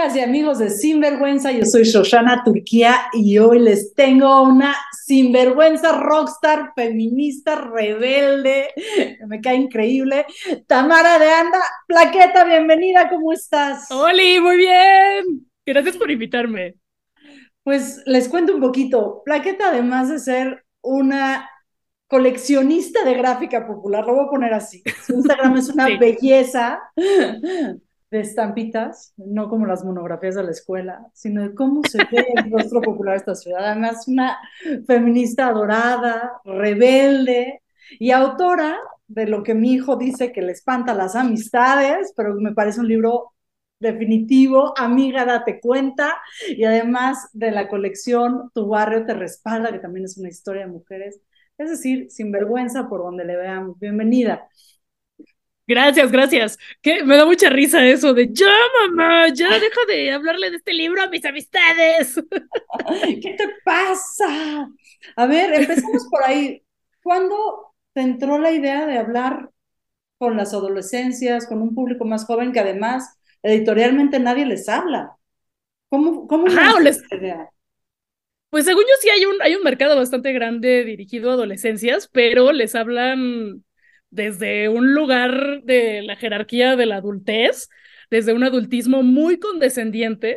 Amigas y amigos de Sinvergüenza, yo soy Shoshana Turquía y hoy les tengo una sinvergüenza rockstar, feminista, rebelde, me cae increíble, Tamara de Anda. Plaqueta, bienvenida, ¿cómo estás? Oli, muy bien. Gracias por invitarme. Pues les cuento un poquito. Plaqueta, además de ser una coleccionista de gráfica popular, lo voy a poner así. Su Instagram es una Sí. belleza de estampitas, no como las monografías de la escuela, sino de cómo se ve el rostro popular de esta ciudad. Además, una feminista adorada, rebelde y autora de lo que mi hijo dice que le espanta las amistades, pero me parece un libro definitivo. Amiga, date cuenta. Y además de la colección Tu barrio te respalda, que también es una historia de mujeres. Es decir, sin vergüenza por donde le veamos. Bienvenida. Gracias, gracias. Que me da mucha risa eso de ya, mamá, ya deja de hablarle de este libro a mis amistades. ¿Qué te pasa? A ver, empecemos por ahí. ¿Cuándo te entró la idea de hablar con las adolescencias, con un público más joven que además editorialmente nadie les habla? ¿Cómo Ajá, nace esta idea? pues según yo sí hay un mercado bastante grande dirigido a adolescencias, pero les hablan desde un lugar de la jerarquía de la adultez, desde un adultismo muy condescendiente.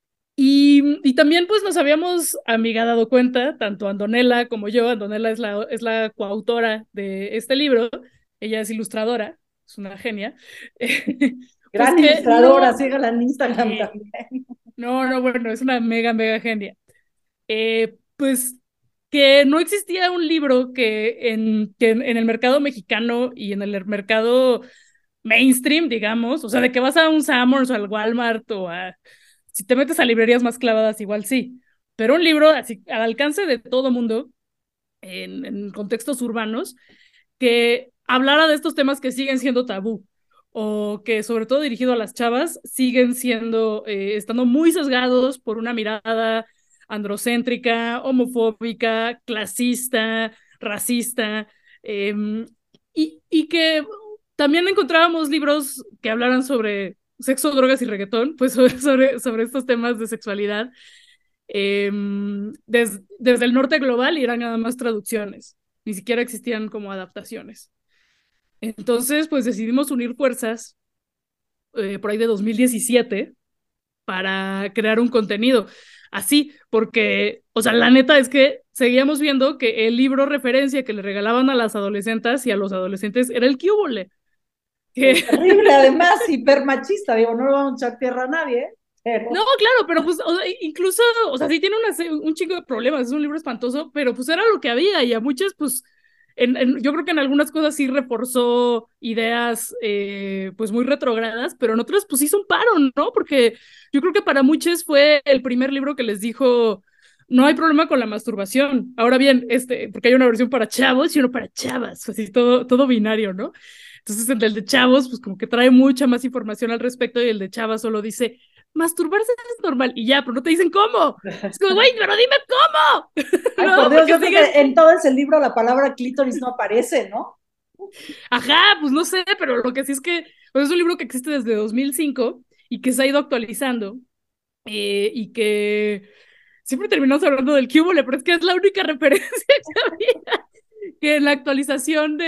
Y también pues nos habíamos, amiga, dado cuenta, tanto Antonella como yo. Antonella es la coautora de este libro, ella es ilustradora, es una genia. Pues Gran que ilustradora, no, sígala en Instagram sí, también. no, no, bueno, es una mega, mega genia. Pues que no existía un libro que en el mercado mexicano y en el mercado mainstream, digamos, o sea, de que vas a un Summers o al Walmart si te metes a librerías más clavadas, igual sí, pero un libro así al alcance de todo mundo, en contextos urbanos, que hablara de estos temas que siguen siendo tabú, o que sobre todo dirigido a las chavas, siguen siendo, estando muy sesgados por una mirada androcéntrica, homofóbica, clasista, racista, eh, y que también encontrábamos libros que hablaran sobre sexo, drogas y reggaetón, pues sobre estos temas de sexualidad, desde el norte global, y eran nada más traducciones, ni siquiera existían como adaptaciones. Entonces, pues decidimos unir fuerzas, por ahí de 2017, para crear un contenido así, porque, o sea, la neta es que seguíamos viendo que el libro referencia que le regalaban a las adolescentes y a los adolescentes era el Cúbole, que Terrible, además, hipermachista. Digo, no lo vamos a echar tierra a nadie, no, pero claro, pero pues, o sea, incluso, o sea, sí tiene un chingo de problemas, es un libro espantoso, pero pues era lo que había, y a muchas, pues, yo creo que en algunas cosas sí reforzó ideas, pues, muy retrógradas, pero en otras, pues, hizo un paro, ¿no? Porque yo creo que para muchos fue el primer libro que les dijo, no hay problema con la masturbación. Ahora bien, porque hay una versión para chavos y uno para chavas, así todo binario, ¿no? Entonces, el de chavos, pues, como que trae mucha más información al respecto, y el de chavas solo dice masturbarse es normal y ya, pero no te dicen cómo. Es como, güey, pero dime cómo, ay, ¿no? por Dios, Porque yo creo siguen, que en todo ese libro la palabra clítoris no aparece, ¿no? ajá, pues no sé, pero lo que sí es que pues, es un libro que existe desde 2005 y que se ha ido actualizando, y que siempre terminamos hablando del cúbole, pero es que es la única referencia que había, que en la actualización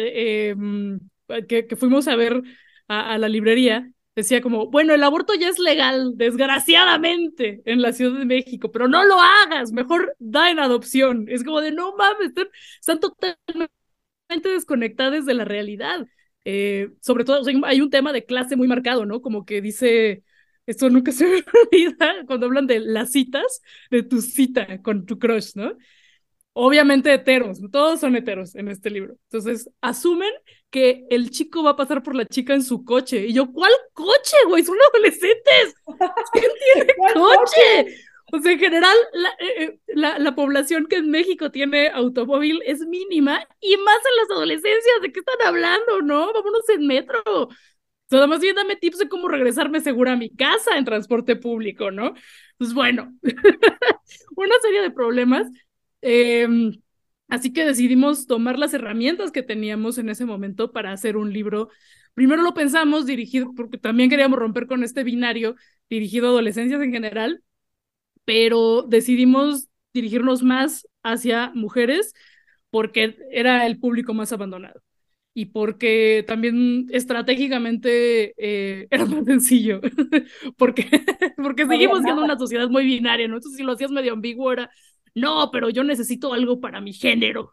que fuimos a ver a la librería, decía como, bueno, el aborto ya es legal, desgraciadamente, en la Ciudad de México, pero no lo hagas, mejor da en adopción. Es como de, no mames, están totalmente desconectadas de la realidad. Sobre todo, o sea, hay un tema de clase muy marcado, ¿no? Como que dice, esto nunca se me olvida, cuando hablan de las citas, de tu cita con tu crush, ¿no? Obviamente heteros, todos son heteros en este libro. Entonces, asumen que el chico va a pasar por la chica en su coche. Y yo, ¿cuál coche, güey? Son adolescentes. ¿Quién tiene ¿Cuál coche? coche? O sea, en general, la población que en México tiene automóvil es mínima, y más en las adolescencias. ¿De qué están hablando, no? Vámonos en metro. O sea, más bien dame tips de cómo regresarme segura a mi casa en transporte público, ¿no? Pues bueno, una serie de problemas. Eh, Así que decidimos tomar las herramientas que teníamos en ese momento para hacer un libro primero lo pensamos dirigido, porque también queríamos romper con este binario dirigido a adolescencias en general, pero decidimos dirigirnos más hacia mujeres porque era el público más abandonado y porque también estratégicamente era más sencillo, porque, porque No había seguimos siendo nada. una sociedad muy binaria, ¿no? Entonces si lo hacías medio ambiguo era, no, pero yo necesito algo para mi género.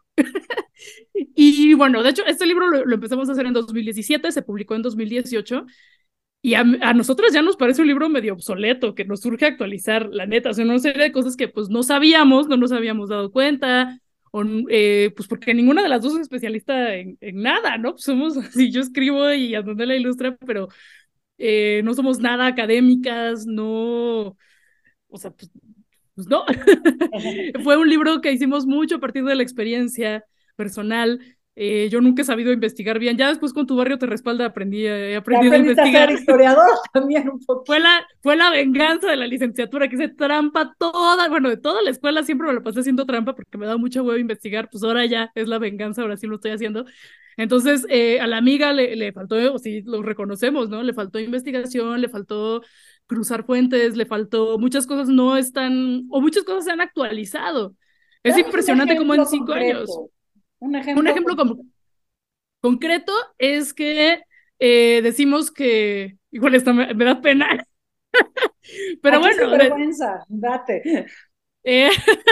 Y bueno, de hecho, este libro lo empezamos a hacer en 2017, se publicó en 2018, y a nosotros ya nos parece un libro medio obsoleto, que nos surge actualizar, la neta, o sea, una serie de cosas que pues no sabíamos, no nos habíamos dado cuenta, o, pues porque ninguna de las dos es especialista en nada, ¿no? Pues somos, así, yo escribo y Antonella ilustra, pero no somos nada académicas, no, o sea, pues no. Fue un libro que hicimos mucho a partir de la experiencia personal. Yo nunca he sabido investigar bien. Ya después con tu barrio te respalda he Ya aprendido a aprendiste a ser investigar. historiador también un poquito. Fue la venganza de la licenciatura, que hice trampa toda, bueno, de toda la escuela siempre me lo pasé haciendo trampa porque me da mucha hueva investigar, pues ahora ya es la venganza, ahora sí lo estoy haciendo. Entonces, a la amiga le faltó, o sí, lo reconocemos, ¿no? Le faltó investigación, le faltó cruzar fuentes, le faltó, muchas cosas no están, o muchas cosas se han actualizado. Es Danos un impresionante como en ejemplo 5 años. concreto. Un Un ejemplo ejemplo concreto. concreto es que decimos que, igual esta me da pena, pero Aquí sin bueno, vergüenza, date. eh,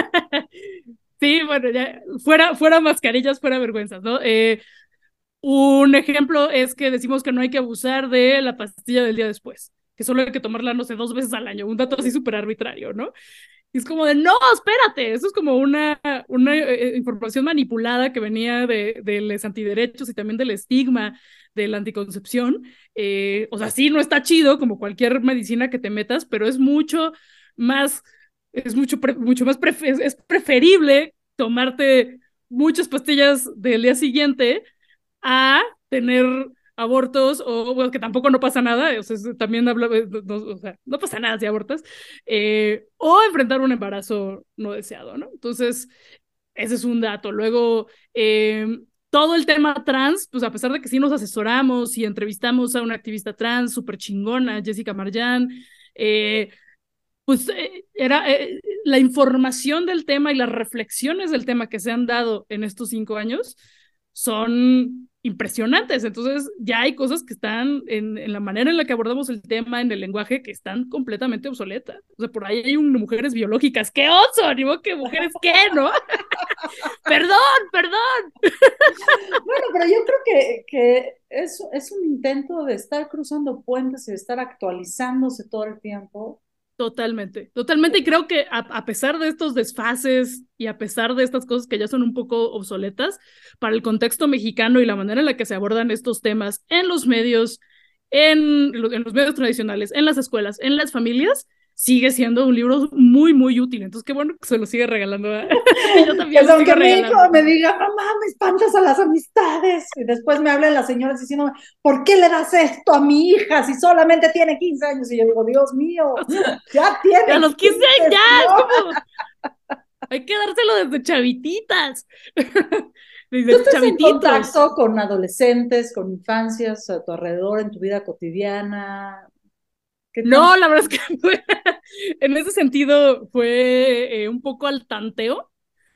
sí, bueno, ya, fuera mascarillas, fuera vergüenzas, ¿no? Un ejemplo es que decimos que no hay que abusar de la pastilla del día después, que solo hay que tomarla, no sé, 2 veces al año, un dato así súper arbitrario, ¿no? Y es como de, no, espérate, eso es como una información manipulada que venía de los antiderechos y también del estigma de la anticoncepción. O sea, sí, no está chido como cualquier medicina que te metas, pero es mucho más, mucho más, es preferible tomarte muchas pastillas del día siguiente a tener abortos o bueno, que tampoco no pasa nada, o sea, también habla, no, o sea, no pasa nada si abortas, o enfrentar un embarazo no deseado, ¿no? Entonces, ese es un dato. Luego, todo el tema trans, pues a pesar de que sí nos asesoramos y entrevistamos a una activista trans súper chingona, Jessica Marjan, pues era la información del tema y las reflexiones del tema que se han dado en estos 5 años son impresionantes. Entonces ya hay cosas que están en la manera en la que abordamos el tema, en el lenguaje, que están completamente obsoletas. O sea, por ahí hay mujeres biológicas. ¡Qué oso! Ni modo que mujeres qué, ¿no? Perdón, perdón. Bueno, pero yo creo que es un intento de estar cruzando puentes y de estar actualizándose todo el tiempo. Totalmente, totalmente. Y creo que a pesar de estos desfases y a pesar de estas cosas que ya son un poco obsoletas, para el contexto mexicano y la manera en la que se abordan estos temas en los medios, en los medios tradicionales, en las escuelas, en las familias, sigue siendo un libro muy, muy útil. Entonces, qué bueno que se lo sigue regalando. Yo también Pues lo sigo aunque mi hijo regalando. me diga, mamá, me espantas a las amistades, y después me hablan las señoras diciéndome, ¿por qué le das esto a mi hija si solamente tiene 15 años? Y yo digo, Dios mío, ya A tiene los 15 años 15, ya, es ¿no? como, hay que dárselo desde chavititas. ¿Tú Desde estás en chavititos. contacto con adolescentes, con infancias a tu alrededor, en tu vida cotidiana? ¿Qué tan... No, la verdad es que en ese sentido fue un poco al tanteo.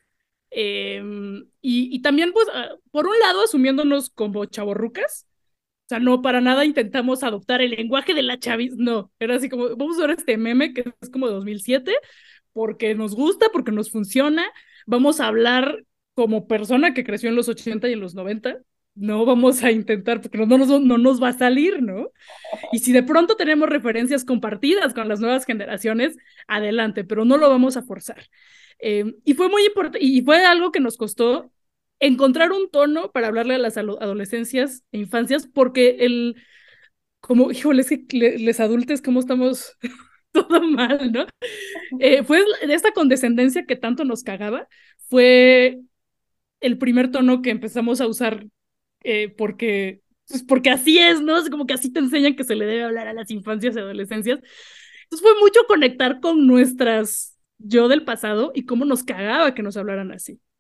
eh, y también, pues, por un lado, asumiéndonos como chavorrucas. O sea, no para nada intentamos adoptar el lenguaje de la chaviz. No, era así como, vamos a ver este meme que es como 2007, porque nos gusta, porque nos funciona. Vamos a hablar como persona que creció en los 80 y en los 90. No vamos a intentar, porque no nos va a salir, ¿no? Y si de pronto tenemos referencias compartidas con las nuevas generaciones, adelante, pero no lo vamos a forzar. Y fue muy importante, y fue algo que nos costó encontrar un tono para hablarle a las adolescencias e infancias, porque como, híjole, es que les adultos, ¿cómo estamos todo mal, ¿no? Fue esta condescendencia que tanto nos cagaba, fue el primer tono que empezamos a usar porque así es, ¿no? Es como que así te enseñan que se le debe hablar a las infancias y adolescencias. Entonces fue mucho conectar con nuestras yo del pasado y cómo nos cagaba que nos hablaran así.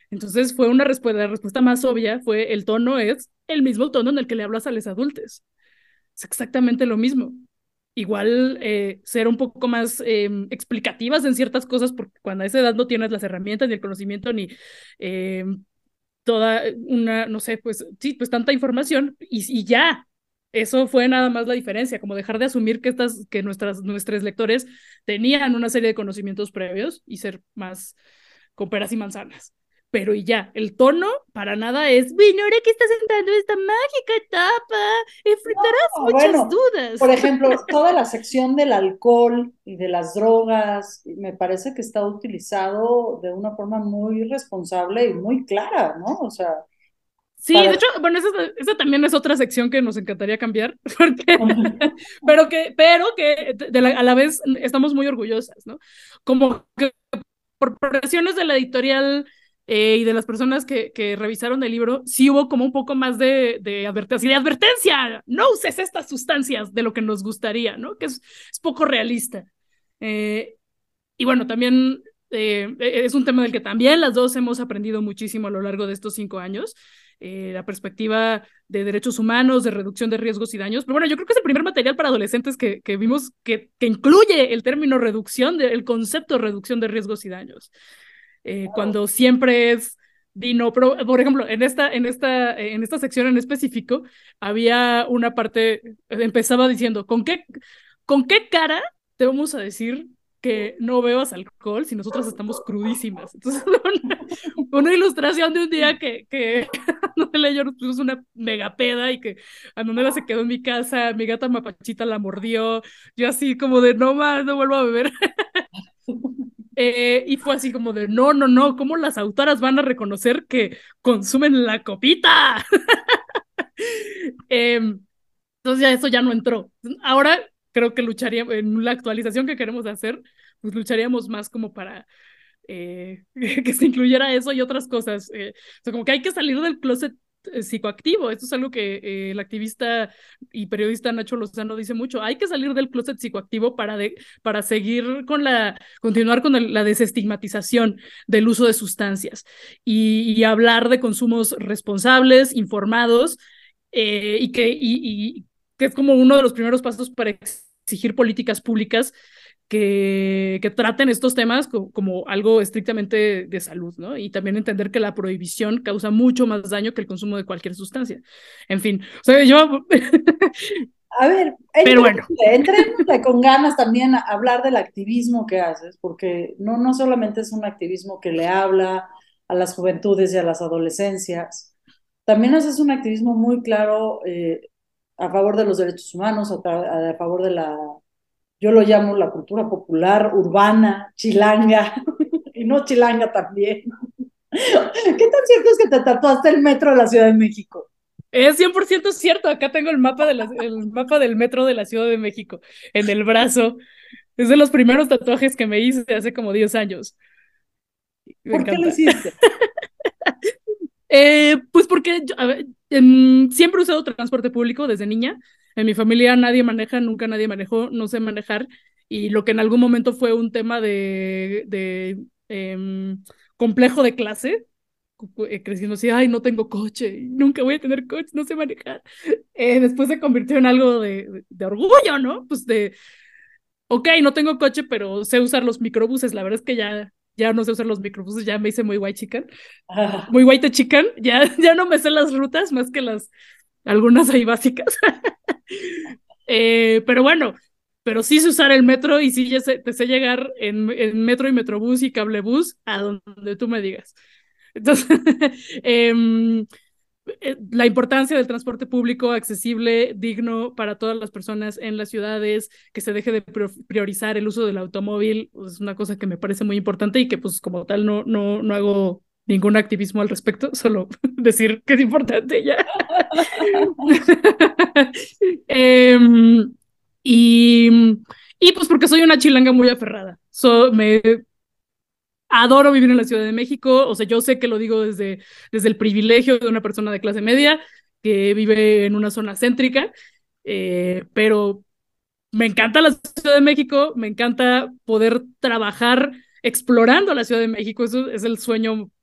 Entonces fue la respuesta más obvia fue el tono es el mismo tono en el que le hablas a los adultos. Es exactamente lo mismo. Igual ser un poco más explicativas en ciertas cosas, porque cuando a esa edad no tienes las herramientas ni el conocimiento ni eh, toda una, no sé, pues sí, pues tanta información y ya. Eso fue nada más la diferencia, como dejar de asumir que nuestros lectores tenían una serie de conocimientos previos y ser más con peras y manzanas. Pero y ya, el tono para nada es, bueno, ahora que estás entrando esta mágica etapa, enfrentarás No, muchas bueno, por dudas. ejemplo, toda la sección del alcohol y de las drogas, me parece que está utilizado de una forma muy responsable y muy clara, ¿no? O sea, Sí, para... de hecho, bueno, esa también es otra sección que nos encantaría cambiar, porque, pero que a la vez estamos muy orgullosas, ¿no? Como que por presiones de la editorial y de las personas que revisaron el libro, sí hubo como un poco más de advertencia, no uses estas sustancias de lo que nos gustaría, ¿no? Que es poco realista. Eh, y bueno, también es un tema del que también las dos hemos aprendido muchísimo a lo largo de estos 5 años. La perspectiva de derechos humanos, de reducción de riesgos y daños. Pero bueno, yo creo que es el primer material para adolescentes que vimos que incluye el término reducción, el concepto de reducción de riesgos y daños. Cuando siempre es Dino, pero por ejemplo, en esta sección en específico, había una parte, empezaba diciendo, ¿con qué cara te vamos a decir que no bebas alcohol si nosotras estamos crudísimas? Entonces, una ilustración de un día que Antonella y yo nos pusimos una mega peda y que Antonella se quedó en mi casa, mi gata mapachita la mordió, yo así como de no más, no vuelvo a beber. Y fue así como de, no, no, no, ¿cómo las autoras van a reconocer que consumen la copita? eh, entonces ya eso ya no entró. Ahora creo que lucharíamos, en la actualización que queremos hacer, pues lucharíamos más como para que se incluyera eso y otras cosas. O sea, como que hay que salir del closet psicoactivo. Esto es algo que el activista y periodista Nacho Lozano dice mucho. Hay que salir del closet psicoactivo para seguir continuar con la desestigmatización del uso de sustancias y hablar de consumos responsables, informados y que es como uno de los primeros pasos para exigir políticas públicas que traten estos temas como algo estrictamente de salud, ¿no? Y también entender que la prohibición causa mucho más daño que el consumo de cualquier sustancia. En fin, o sea, yo... A ver, Pero bueno, entrémosle con ganas también a hablar del activismo que haces, porque no solamente es un activismo que le habla a las juventudes y a las adolescencias, también haces un activismo muy claro a favor de los derechos humanos, a favor de la, yo lo llamo la cultura popular, urbana, chilanga, y no chilanga también. ¿Qué tan cierto es que te tatuaste el metro de la Ciudad de México? es 100% cierto. Acá tengo el mapa del metro de la Ciudad de México en el brazo. Es de los primeros tatuajes que me hice hace como 10 años. Me ¿Por qué lo encanta. hiciste? Pues porque a ver, siempre he usado transporte público desde niña. En mi familia nadie maneja, nunca nadie manejó, no sé manejar. Y lo que en algún momento fue un tema de complejo de clase, creciendo así, ay, no tengo coche, nunca voy a tener coche, no sé manejar. Después se convirtió en algo de orgullo, ¿no? Pues ok, no tengo coche, pero sé usar los microbuses. La verdad es que ya no sé usar los microbuses, ya me hice muy white chicken, Ah, muy white chicken, ya no me sé las rutas más que algunas ahí básicas. Pero bueno, pero sí sé usar el metro y sí te sé llegar en metro y metrobús y cablebús a donde tú me digas. Entonces, la importancia del transporte público accesible, digno para todas las personas en las ciudades, que se deje de priorizar el uso del automóvil, pues, es una cosa que me parece muy importante y que pues como tal no hago ningún activismo al respecto, solo decir que es importante ya. Em, y, y pues porque soy una chilanga muy aferrada. Me adoro vivir en la Ciudad de México, o sea, yo sé que lo digo desde el privilegio de una persona de clase media que vive en una zona céntrica, pero me encanta la Ciudad de México, me encanta poder trabajar explorando la Ciudad de México, eso es el sueño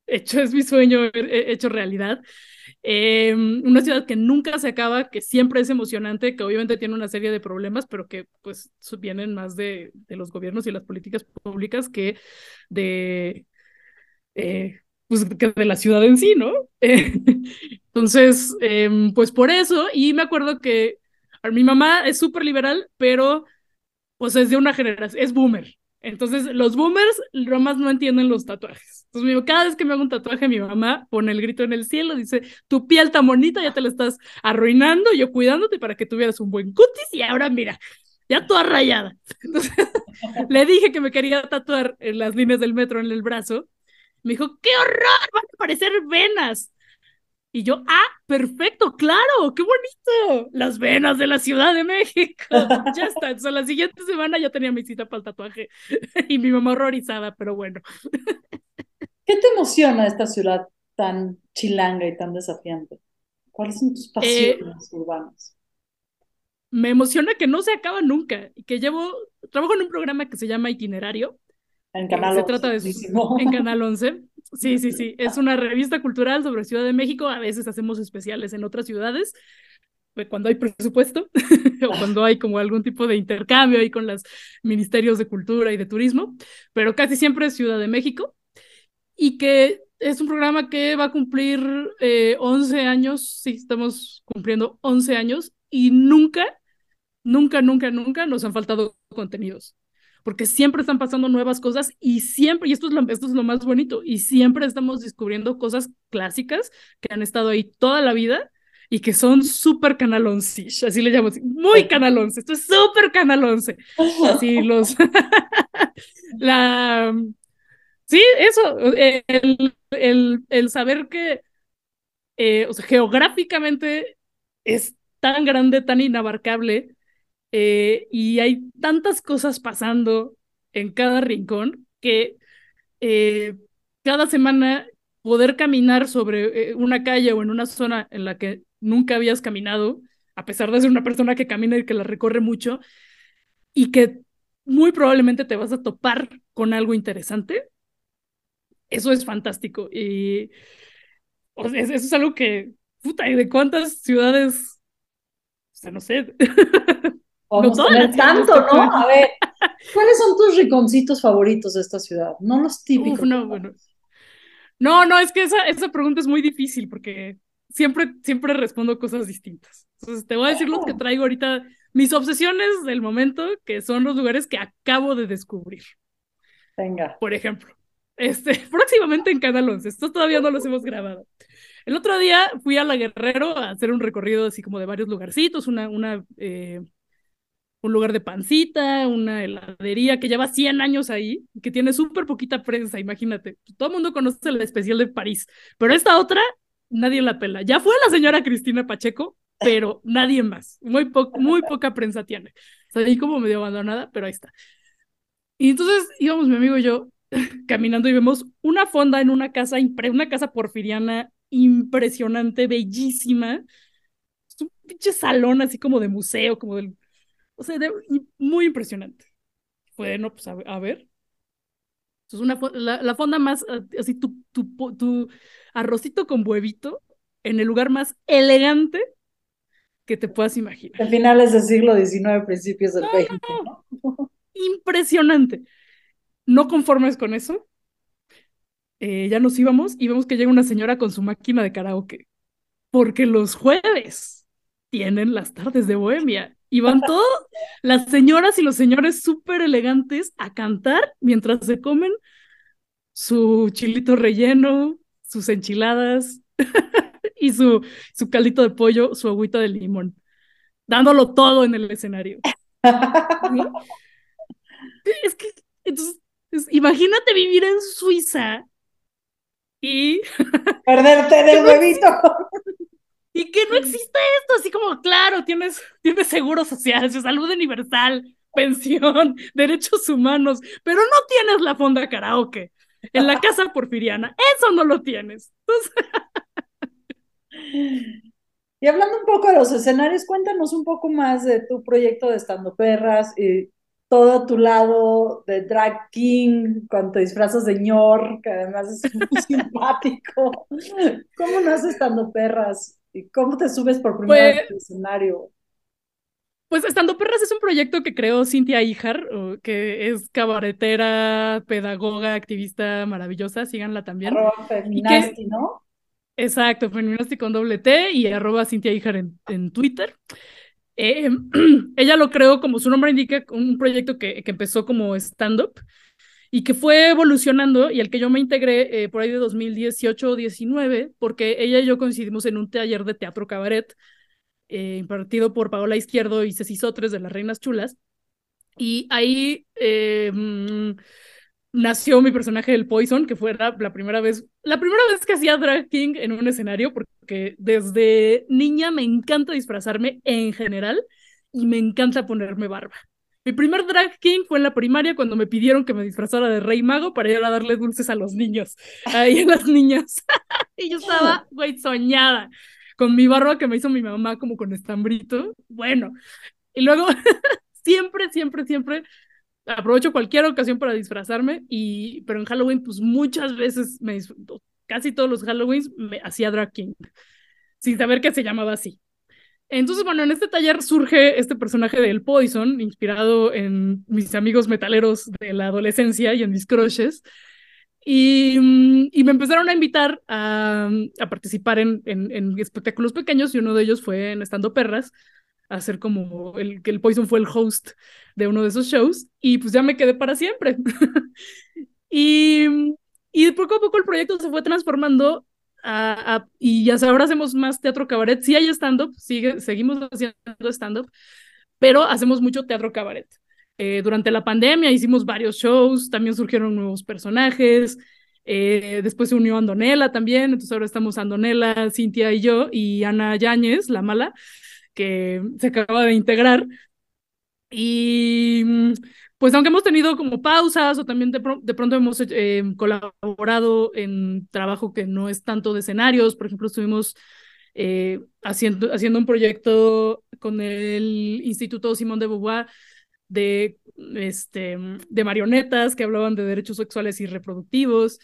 hecho, es mi sueño hecho realidad. Una ciudad que nunca se acaba, que siempre es emocionante, que obviamente tiene una serie de problemas, pero que pues vienen más de los gobiernos y las políticas públicas que de, pues, que de la ciudad en sí, ¿no? Entonces, pues por eso, y me acuerdo que mi mamá es súper liberal, pero pues es de una generación, es boomer. Entonces, los boomers nomás no entienden los tatuajes. Entonces, cada vez que me hago un tatuaje, mi mamá pone el grito en el cielo, dice, tu piel tan bonita, ya te la estás arruinando, yo cuidándote para que tuvieras un buen cutis, y ahora mira, ya toda rayada. Entonces, le dije que me quería tatuar en las líneas del metro en el brazo. Me dijo, ¡qué horror! Van a aparecer venas. Y yo, perfecto, claro, qué bonito. Las venas de la Ciudad de México. Ya está. Entonces, la siguiente semana ya tenía mi cita para el tatuaje. Y mi mamá horrorizada, pero bueno. ¿Qué te emociona de esta ciudad tan chilanga y tan desafiante? ¿Cuáles son tus Eh, pasiones urbanas? Me emociona que no se acaba nunca. Y que trabajo en un programa que se llama Itinerario. En Canal Se 11, trata de, en buenísimo. Canal 11. Sí, sí, sí. Es una revista cultural sobre Ciudad de México. A veces hacemos especiales en otras ciudades cuando hay presupuesto o cuando hay como algún tipo de intercambio ahí con los ministerios de cultura y de turismo, pero casi siempre es Ciudad de México y que es un programa que va a cumplir 11 años, sí, estamos cumpliendo 11 años y nunca, nunca, nunca, nunca nos han faltado contenidos. Porque siempre están pasando nuevas cosas y siempre, y esto es lo más bonito, y siempre estamos descubriendo cosas clásicas que han estado ahí toda la vida y que son súper Canal 11, así le llamo, muy Canal 11, esto es súper Canal 11. Así la, sí, eso, el saber que, o sea, geográficamente es tan grande, tan inabarcable, y hay tantas cosas pasando en cada rincón que eh, cada semana poder caminar sobre una calle o en una zona en la que nunca habías caminado, a pesar de ser una persona que camina y que la recorre mucho, y que muy probablemente te vas a topar con algo interesante, eso es fantástico. Y o sea, eso es algo que, puta, ¿y de cuántas ciudades? O sea, no sé. No Podemos todas las tener ciudades tanto, te ¿no? pueden. A ver, ¿cuáles son tus rinconcitos favoritos de esta ciudad? No los Uf, típicos. no, bueno. No, no, es que esa pregunta es muy difícil porque siempre respondo cosas distintas. Entonces, te voy a decir los que Oh, traigo ahorita, mis obsesiones del momento, que son los lugares que acabo de descubrir. venga. Por ejemplo, próximamente en Canal 11, estos todavía no los hemos grabado. El otro día fui a La Guerrero a hacer un recorrido así como de varios lugarcitos, un lugar de pancita, una heladería que lleva 100 años ahí, que tiene súper poquita prensa, imagínate. Todo el mundo conoce el especial de París, pero esta otra, nadie la pela. Ya fue la señora Cristina Pacheco, pero nadie más. Muy poca prensa tiene. O sea, ahí como medio abandonada, pero ahí está. Y entonces íbamos mi amigo y yo caminando y vemos una fonda en una casa porfiriana impresionante, bellísima. Es un pinche salón así como de museo, como del o sea, muy impresionante. Bueno, pues a ver. Es la fonda más, así tu arrocito con huevito en el lugar más elegante que te puedas imaginar. De finales del siglo XIX, principios No, del XX, no, ¿no? impresionante. No conformes con eso, ya nos íbamos y vemos que llega una señora con su máquina de karaoke, porque los jueves tienen las tardes de Bohemia y van todas las señoras y los señores súper elegantes a cantar mientras se comen su chilito relleno, sus enchiladas y su caldito de pollo, su agüita de limón, dándolo todo en el escenario. ¿No? Es que, entonces, imagínate vivir en Suiza y Perderte que del no, huevito. y que no existe esto, así como, claro, tienes seguro social, salud universal, pensión, derechos humanos, pero no tienes la fonda karaoke. En la casa porfiriana, eso no lo tienes. Entonces, Y hablando un poco de los escenarios, cuéntanos un poco más de tu proyecto de Estando Perras. todo tu lado de drag king, cuando te disfrazas de ñor, que además es muy simpático. ¿Cómo nace estando perras? ¿Y cómo te subes por primera vez Pues, al escenario? pues Estando Perras es un proyecto que creó Cintia Ijar, que es cabaretera, pedagoga, activista maravillosa, síganla también. Arroba Y que, feminasti, ¿no? exacto, Feminasti con doble T y arroba Cintia Ijar en Twitter. Eh, Ella lo creó, como su nombre indica, un proyecto que empezó como stand-up y que fue evolucionando y al que yo me integré por ahí de 2018 o 19, porque ella y yo coincidimos en un taller de teatro cabaret impartido por Paola Izquierdo y Ceci Sotres de Las Reinas Chulas. Y ahí nació mi personaje del Poison, que fue la primera vez que hacía drag king en un escenario, porque desde niña me encanta disfrazarme en general y me encanta ponerme barba. Mi primer drag king fue en la primaria cuando me pidieron que me disfrazara de rey mago para ir a darle dulces a los niños, ahí a las niñas. Y yo estaba, güey, soñada con mi barba que me hizo mi mamá como con estambrito. Bueno, y luego siempre aprovecho cualquier ocasión para disfrazarme, pero en Halloween, pues muchas veces, casi todos los Halloweens, me hacía drag king, sin saber que se llamaba así. Entonces, bueno, en este taller surge este personaje del Poison, inspirado en mis amigos metaleros de la adolescencia y en mis crushes. Y me empezaron a invitar a participar en espectáculos pequeños y uno de ellos fue en Estando Perras, a hacer como que el Poison fue el host de uno de esos shows y pues ya me quedé para siempre. y, y poco a poco el proyecto se fue transformando y ya ahora hacemos más teatro cabaret. Sí hay stand-up, seguimos haciendo stand-up, pero hacemos mucho teatro cabaret. Durante la pandemia hicimos varios shows, también surgieron nuevos personajes, después se unió Andonela también, entonces ahora estamos Andonela, Cintia y yo, y Ana Yáñez, la mala, que se acaba de integrar. Y pues aunque hemos tenido como pausas o también de pronto hemos colaborado en trabajo que no es tanto de escenarios, por ejemplo, estuvimos haciendo un proyecto con el Instituto Simón de Beauvoir de marionetas que hablaban de derechos sexuales y reproductivos.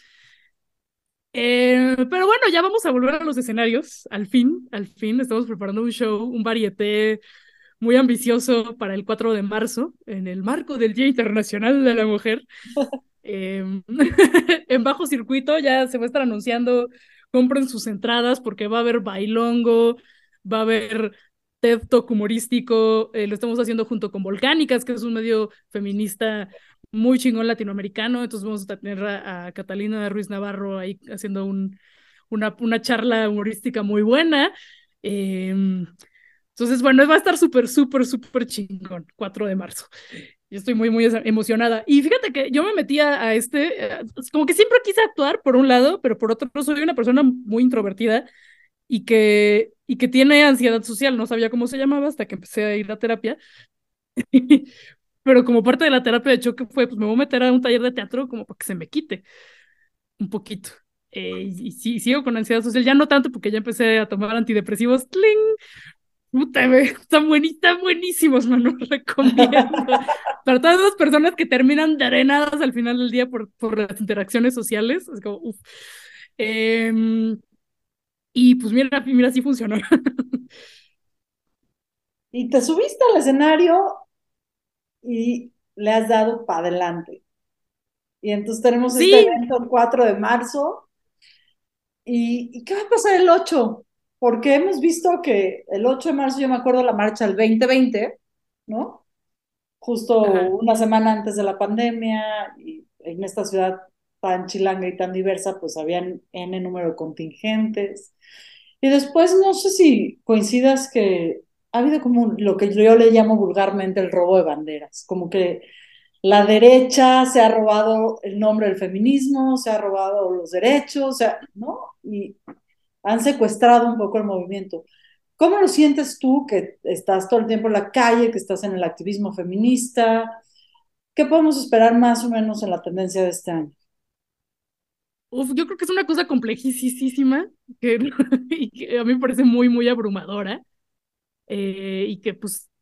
Pero bueno, ya vamos a volver a los escenarios, al fin, estamos preparando un show, un varieté muy ambicioso para el 4 de marzo, en el marco del Día Internacional de la Mujer. Eh, en bajo circuito ya se va a estar anunciando, compren sus entradas porque va a haber bailongo, va a haber TED Talk humorístico, lo estamos haciendo junto con Volcánicas, que es un medio feminista muy chingón latinoamericano, entonces vamos a tener a Catalina Ruiz Navarro ahí haciendo una charla humorística muy buena. Entonces, bueno, va a estar súper chingón, 4 de marzo. Yo estoy muy emocionada. Y fíjate que yo me metía como que siempre quise actuar por un lado, pero por otro soy una persona muy introvertida y que tiene ansiedad social. No sabía cómo se llamaba hasta que empecé a ir a terapia. Pero como parte de la terapia de choque fue, pues me voy a meter a un taller de teatro como para que se me quite un poquito. Y sí, sigo con ansiedad social, ya no tanto porque ya empecé a tomar antidepresivos. ¡Tling! Puta, están buenísimos, man, los recomiendo. Para todas las personas que terminan de arenadas al final del día por las interacciones sociales, es como, uff. Y pues mira, sí funcionó. Y te subiste al escenario y le has dado para adelante. Y entonces tenemos este Sí, evento el 4 de marzo. ¿Y qué va a pasar el 8? Porque hemos visto que el 8 de marzo, yo me acuerdo la marcha del 2020, ¿no? Justo ajá. una semana antes de la pandemia, y en esta ciudad tan chilanga y tan diversa, pues habían N número de contingentes. Y después no sé si coincidas que ha habido como lo que yo le llamo vulgarmente el robo de banderas, como que la derecha se ha robado el nombre del feminismo, se ha robado los derechos, o sea, ¿no? Y han secuestrado un poco el movimiento. ¿Cómo lo sientes tú que estás todo el tiempo en la calle, que estás en el activismo feminista? ¿Qué podemos esperar más o menos en la tendencia de este año? Uf, yo creo que es una cosa complejísima y que a mí me parece muy abrumadora y que pues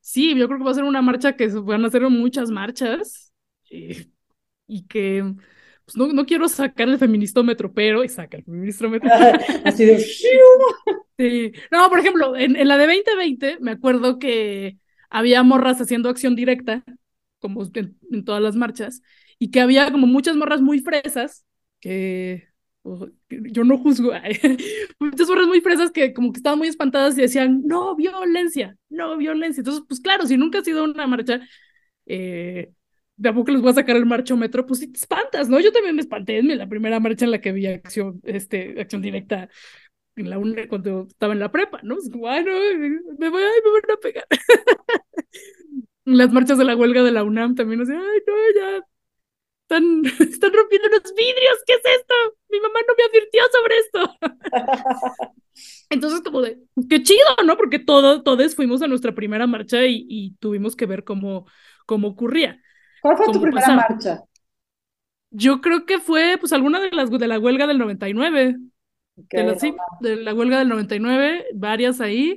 Sí, yo creo que va a ser una marcha que van a ser muchas marchas y que pues no quiero sacar el feministómetro, pero y saca el feministómetro. Así de... Sí. No, por ejemplo, en la de 2020 me acuerdo que había morras haciendo acción directa, como en todas las marchas, y que había como muchas morras muy fresas, que yo no juzgo, muchas morras muy fresas que como que estaban muy espantadas y decían, no violencia, no violencia. Entonces, pues claro, si nunca has ido a una marcha, de a poco les voy a sacar el marchómetro, pues sí te espantas, ¿no? Yo también me espanté en la primera marcha en la que vi acción directa en la UNE cuando estaba en la prepa, ¿no? Es como, ay, no, me van a pegar. Las marchas de la huelga de la UNAM también, o sea, ay, no, ya están rompiendo los vidrios, ¿qué es esto? Mi mamá no me advirtió sobre esto. Entonces, como de, qué chido, ¿no? Porque todos fuimos a nuestra primera marcha y tuvimos que ver cómo ocurría, ¿Cuál fue tu cómo primera pasaba. marcha? Yo creo que fue, pues, alguna de las de la huelga del 99, Que sí, de la huelga del 99, varias ahí.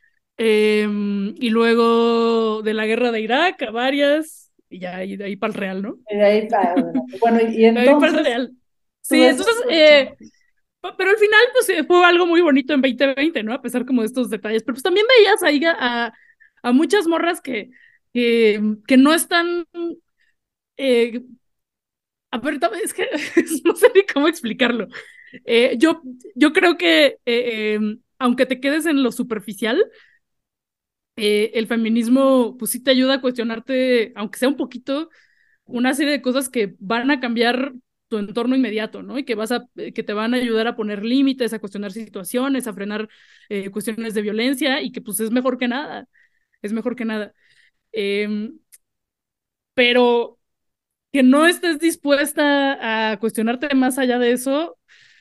Y luego de la guerra de Irak, a varias, y ya y de ahí para el Real, ¿no? de ahí bueno, y De ahí para el entonces Real. tú Sí, ves entonces, estos chicos. pero al final, pues fue algo muy bonito en 2020, ¿no? A pesar como de estos detalles, pero pues también veías ahí a muchas morras que no están, eh, a ver, es que no sé ni cómo explicarlo. Yo creo que, aunque te quedes en lo superficial, el feminismo pues sí te ayuda a cuestionarte, aunque sea un poquito, una serie de cosas que van a cambiar tu entorno inmediato, ¿no? Y que te van a ayudar a poner límites, a cuestionar situaciones, a frenar cuestiones de violencia y que pues es mejor que nada, es mejor que nada. Eh, pero que no estés dispuesta a cuestionarte más allá de eso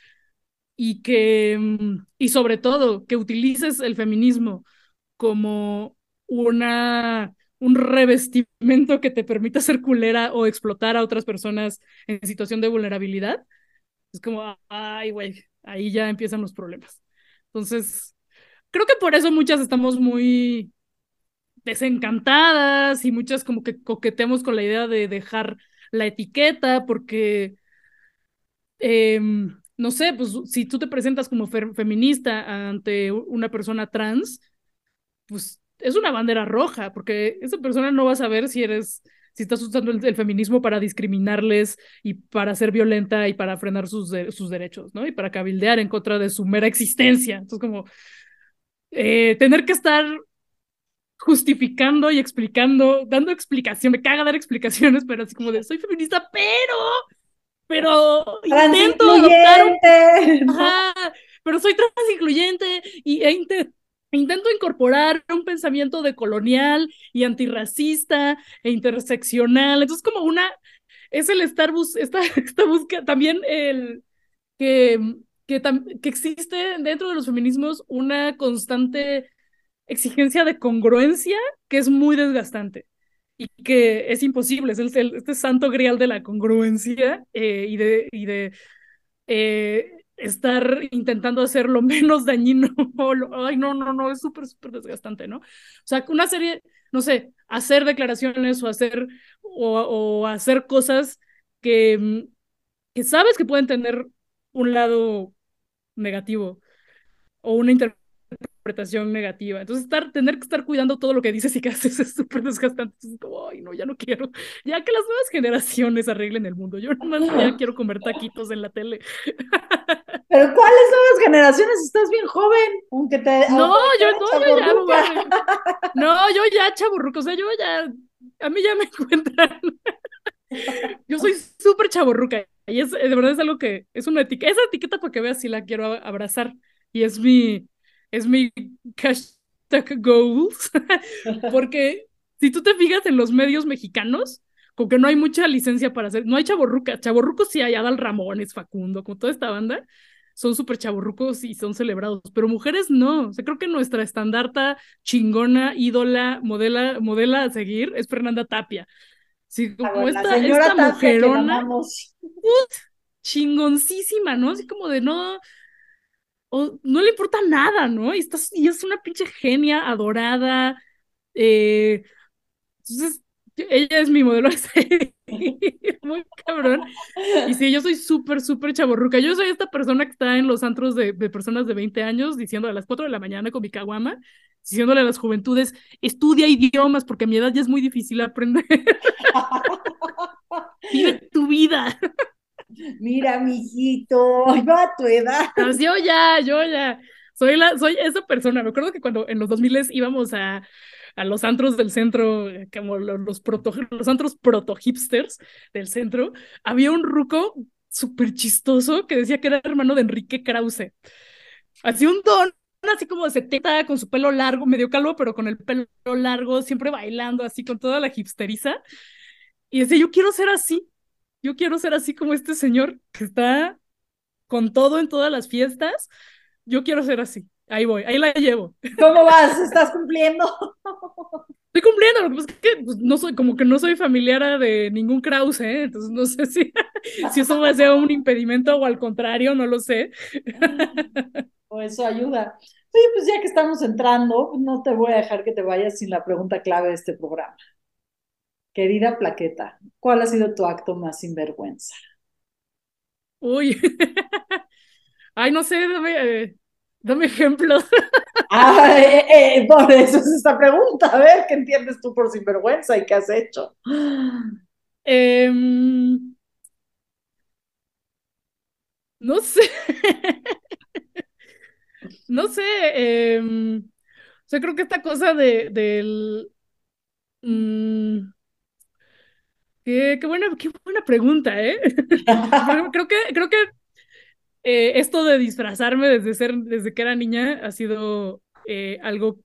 y sobre todo, que utilices el feminismo como un revestimiento que te permita ser culera o explotar a otras personas en situación de vulnerabilidad, es como, ay, güey, ahí ya empiezan los problemas. Entonces, creo que por eso muchas estamos muy desencantadas y muchas como que coqueteamos con la idea de dejar la etiqueta, porque no sé, pues si tú te presentas como feminista ante una persona trans, pues es una bandera roja, porque esa persona no va a saber si estás usando el feminismo para discriminarles y para ser violenta y para frenar sus derechos, ¿no? Y para cabildear en contra de su mera existencia. Entonces, como tener que estar justificando y explicando, dando explicación, me caga dar explicaciones, pero así como de, soy feminista, pero Trans intento adoptar incluyente, ¿no? ajá, pero soy trans incluyente intento incorporar un pensamiento decolonial y antirracista e interseccional. Entonces, como es el esta búsqueda, también que existe dentro de los feminismos una constante exigencia de congruencia que es muy desgastante y que es imposible, es este santo grial de la congruencia estar intentando hacer lo menos dañino. Ay, no, es súper desgastante, ¿no? O sea, una serie, no sé, hacer declaraciones o hacer cosas que sabes que pueden tener un lado negativo o una interpretación negativa. Entonces, tener que estar cuidando todo lo que dices y que haces es súper desgastante. Entonces, como, ay, no, ya no quiero. Ya que las nuevas generaciones arreglen el mundo. Yo nomás ya quiero comer taquitos en la tele. Pero ¿cuáles nuevas generaciones? Estás bien joven, aunque te No, autodeclares yo ya, chavorruca. no, yo ya, chaburruco, o sea, yo ya, a mí ya me encuentran. Yo soy súper chaburruca y de verdad es algo que es una etiqueta, esa etiqueta para que veas si la quiero abrazar y es mi hashtag goals, porque si tú te fijas en los medios mexicanos, como que no hay mucha licencia para hacer, no hay chaburruca, chaburrucos sí hay, Adal Ramones, Facundo, como toda esta banda, son súper chaburrucos y son celebrados, pero mujeres no, o sea, creo que nuestra estandarta chingona, ídola, modela a seguir es Fernanda Tapia. Sí, Ah, como bueno, la esta señora Tapia, que la mujerona, amamos. chingoncísima, ¿no? Así como de no le importa nada, ¿no? Y es una pinche genia adorada, Entonces, ella es mi modelo a seguir, muy cabrón. Y sí, yo soy súper, súper chavorruca. Yo soy esta persona que está en los antros de personas de 20 años diciendo a las 4 de la mañana con mi caguama, diciéndole a las juventudes, estudia idiomas porque a mi edad ya es muy difícil aprender. Vive tu vida. Mira, mijito, yo a tu edad. Pues yo ya. Soy esa persona. Me acuerdo que cuando en los 2000 íbamos a los antros del centro, como los antros proto-hipsters del centro, había un ruco súper chistoso que decía que era hermano de Enrique Krause. Hacía un don así como de 70 con su pelo largo, medio calvo, pero con el pelo largo, siempre bailando así con toda la hipsteriza. Y decía, yo quiero ser así. Yo quiero ser así como este señor que está con todo en todas las fiestas. Yo quiero ser así. Ahí voy, ahí la llevo. ¿Cómo vas? ¿Estás cumpliendo? Estoy cumpliendo, lo que pasa es que pues, no soy, como que no soy familiar de ningún Krause, ¿eh? Entonces no sé si eso va a ser un impedimento o al contrario, no lo sé. O eso ayuda. Sí, pues ya que estamos entrando, no te voy a dejar que te vayas sin la pregunta clave de este programa. Querida Plaqueta, ¿cuál ha sido tu acto más sinvergüenza? Uy, ay, no sé, dame ejemplos. Ah, por eso es esta pregunta. A ver, ¿qué entiendes tú por sinvergüenza y qué has hecho? Em, no sé, no sé. O sea, creo que esta cosa del... mm, qué buena pregunta, ¿eh? Por ejemplo, creo que esto de disfrazarme desde que era niña ha sido algo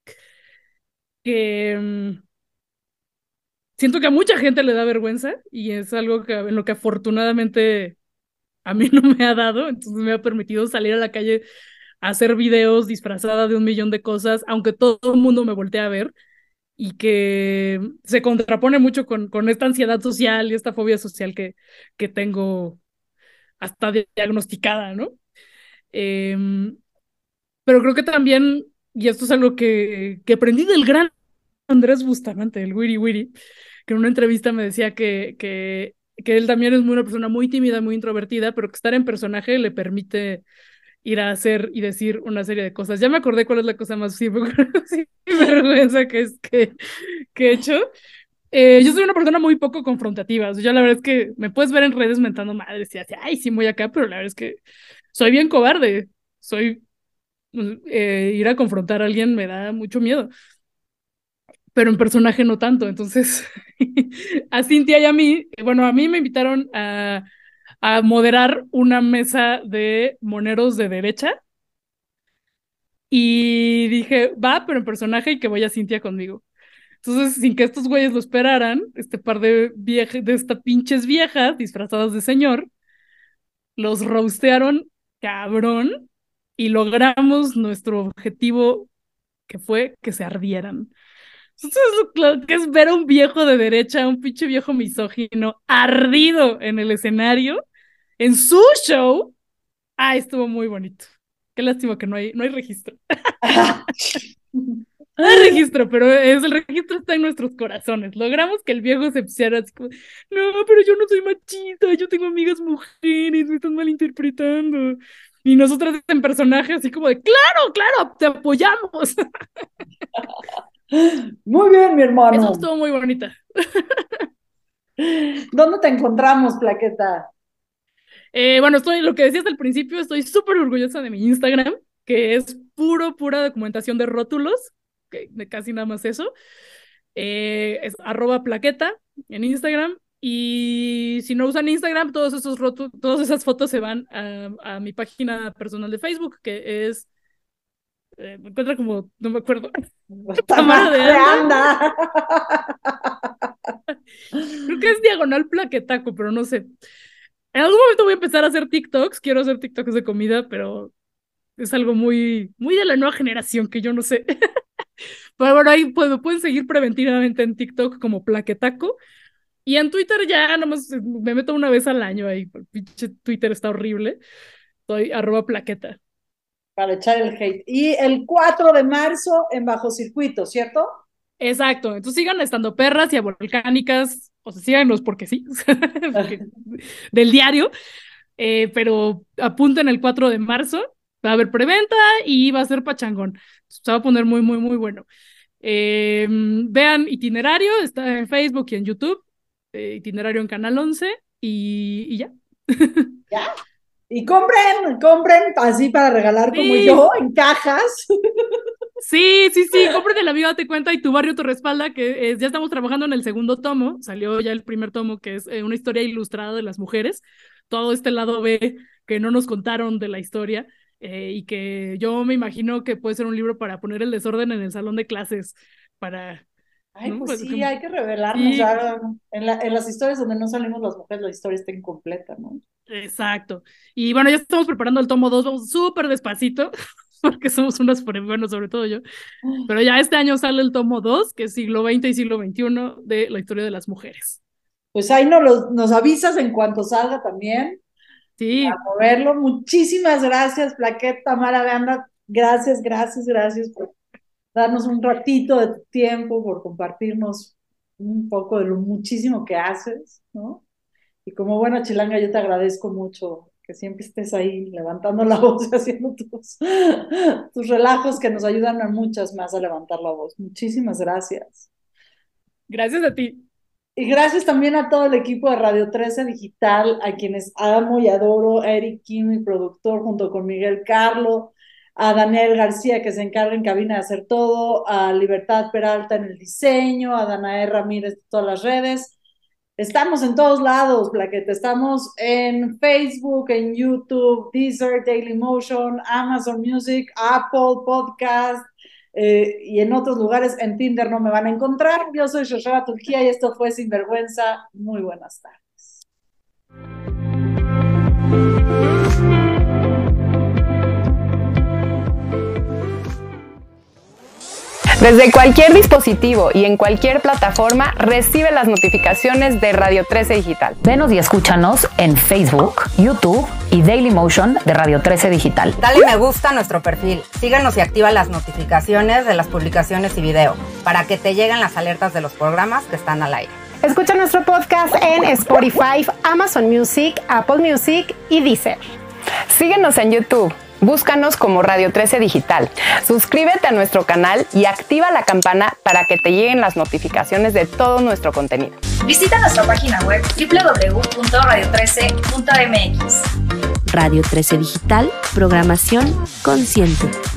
que siento que a mucha gente le da vergüenza y es algo en lo que afortunadamente a mí no me ha dado, entonces me ha permitido salir a la calle a hacer videos disfrazada de un millón de cosas, aunque todo el mundo me voltee a ver y que se contrapone mucho con esta ansiedad social y esta fobia social que tengo hasta diagnosticada, ¿no? Eh, pero creo que también, y esto es algo que aprendí del gran Andrés Bustamante, el Wiri Wiri, que en una entrevista me decía que él también es una persona muy tímida, muy introvertida, pero que estar en personaje le permite ir a hacer y decir una serie de cosas. Ya me acordé cuál es la cosa más vergüenza que he hecho. Yo soy una persona muy poco confrontativa. O sea, yo la verdad es que me puedes ver en redes mentando madres y así, ay, sí, voy acá, pero la verdad es que soy bien cobarde. Soy ir a confrontar a alguien me da mucho miedo, pero en personaje no tanto. Entonces, a Cintia y a mí, bueno, a mí me invitaron a moderar una mesa de moneros de derecha y dije, va, pero en personaje y que vaya Cintia conmigo. Entonces, sin que estos güeyes lo esperaran, este par de estas pinches viejas disfrazadas de señor, los roastearon cabrón y logramos nuestro objetivo que fue que se ardieran. Entonces, lo que es ver a un viejo de derecha, un pinche viejo misógino, ardido en el escenario, en su show. Ah, estuvo muy bonito. Qué lástima que no hay registro. No hay registro, pero el registro está en nuestros corazones. Logramos que el viejo se pusiera así como, no, pero yo no soy machista, yo tengo amigas mujeres, me están malinterpretando. Y nosotras en personaje así como de, claro, claro, te apoyamos. Muy bien, mi Eso hermano. estuvo muy bonita. ¿Dónde te encontramos, Plaqueta? Bueno, lo que decías al principio, estoy súper orgullosa de mi Instagram, que es pura documentación de rótulos, de casi nada más eso. Es @plaqueta en Instagram. Y si no usan Instagram, todas esas fotos se van a mi página personal de Facebook, que es, me encuentra como, no me acuerdo, Tamara de Tamara Anda. anda. Creo que es diagonal plaquetaco, pero no sé. En algún momento voy a empezar a hacer TikToks, quiero hacer TikToks de comida, pero es algo muy de la nueva generación que yo no sé. Pero bueno, ahí pueden seguir preventivamente en TikTok como Plaquetaco. Y en Twitter ya nomás me meto una vez al año ahí. Pinche Twitter está horrible. Soy @plaqueta. Para echar el hate. Y el 4 de marzo en Bajo Circuito, ¿cierto? Exacto, entonces sigan estando perras y a volcánicas, o sea, síganlos porque sí, del diario, pero apunten el 4 de marzo, va a haber preventa y va a ser pachangón, se va a poner muy, muy, muy bueno. Vean Itinerario, está en Facebook y en YouTube, Itinerario en Canal 11 y ya. ¿Ya? Y compren así para regalar como Sí, yo, en cajas. sí, cómprate La Vida Te Cuenta y Tu Barrio Te Respalda, que ya estamos trabajando en el segundo tomo, salió ya el primer tomo, que es una historia ilustrada de las mujeres, todo este lado B que no nos contaron de la historia, y que yo me imagino que puede ser un libro para poner el desorden en el salón de clases, para, Ay, ¿no? pues Pues, sí, hay que revelarnos. sí, Ya en las historias donde no salimos las mujeres, la historia está incompleta, ¿no? exacto. Y bueno, ya estamos preparando el tomo 2, vamos súper despacito, porque somos unas, bueno, sobre todo yo. Pero ya este año sale el tomo 2, que es siglo XX y siglo XXI de la historia de las mujeres. Pues ahí nos avisas en cuanto salga también, Sí, a verlo. Muchísimas gracias, Plaqueta, Tamara Ganda. Gracias, gracias por darnos un ratito de tu tiempo, por compartirnos un poco de lo muchísimo que haces, ¿no? Y como buena chilanga, yo te agradezco mucho que siempre estés ahí levantando la voz y haciendo tus relajos que nos ayudan a muchas más a levantar la voz. Muchísimas gracias. gracias a ti. Y gracias también a todo el equipo de Radio 13 Digital, a quienes amo y adoro, a Eric Kim, mi productor, junto con Miguel Carlo, a Daniel García, que se encarga en cabina de hacer todo, a Libertad Peralta en el diseño, a Danae Ramírez de todas las redes. Estamos en todos lados, Plaqueta. Estamos en Facebook, en YouTube, Deezer, Dailymotion, Amazon Music, Apple Podcast, y en otros lugares. En Tinder no me van a encontrar. Yo soy Shoshana Turquía y esto fue Sinvergüenza. Muy buenas tardes. Desde cualquier dispositivo y en cualquier plataforma, recibe las notificaciones de Radio 13 Digital. Venos y escúchanos en Facebook, YouTube y Dailymotion de Radio 13 Digital. Dale me gusta a nuestro perfil, síguenos y activa las notificaciones de las publicaciones y video para que te lleguen las alertas de los programas que están al aire. Escucha nuestro podcast en Spotify, Amazon Music, Apple Music y Deezer. Síguenos en YouTube. Búscanos como Radio 13 Digital. Suscríbete a nuestro canal y activa la campana para que te lleguen las notificaciones de todo nuestro contenido. Visita nuestra página web www.radio13.mx. Radio 13 Digital, programación consciente.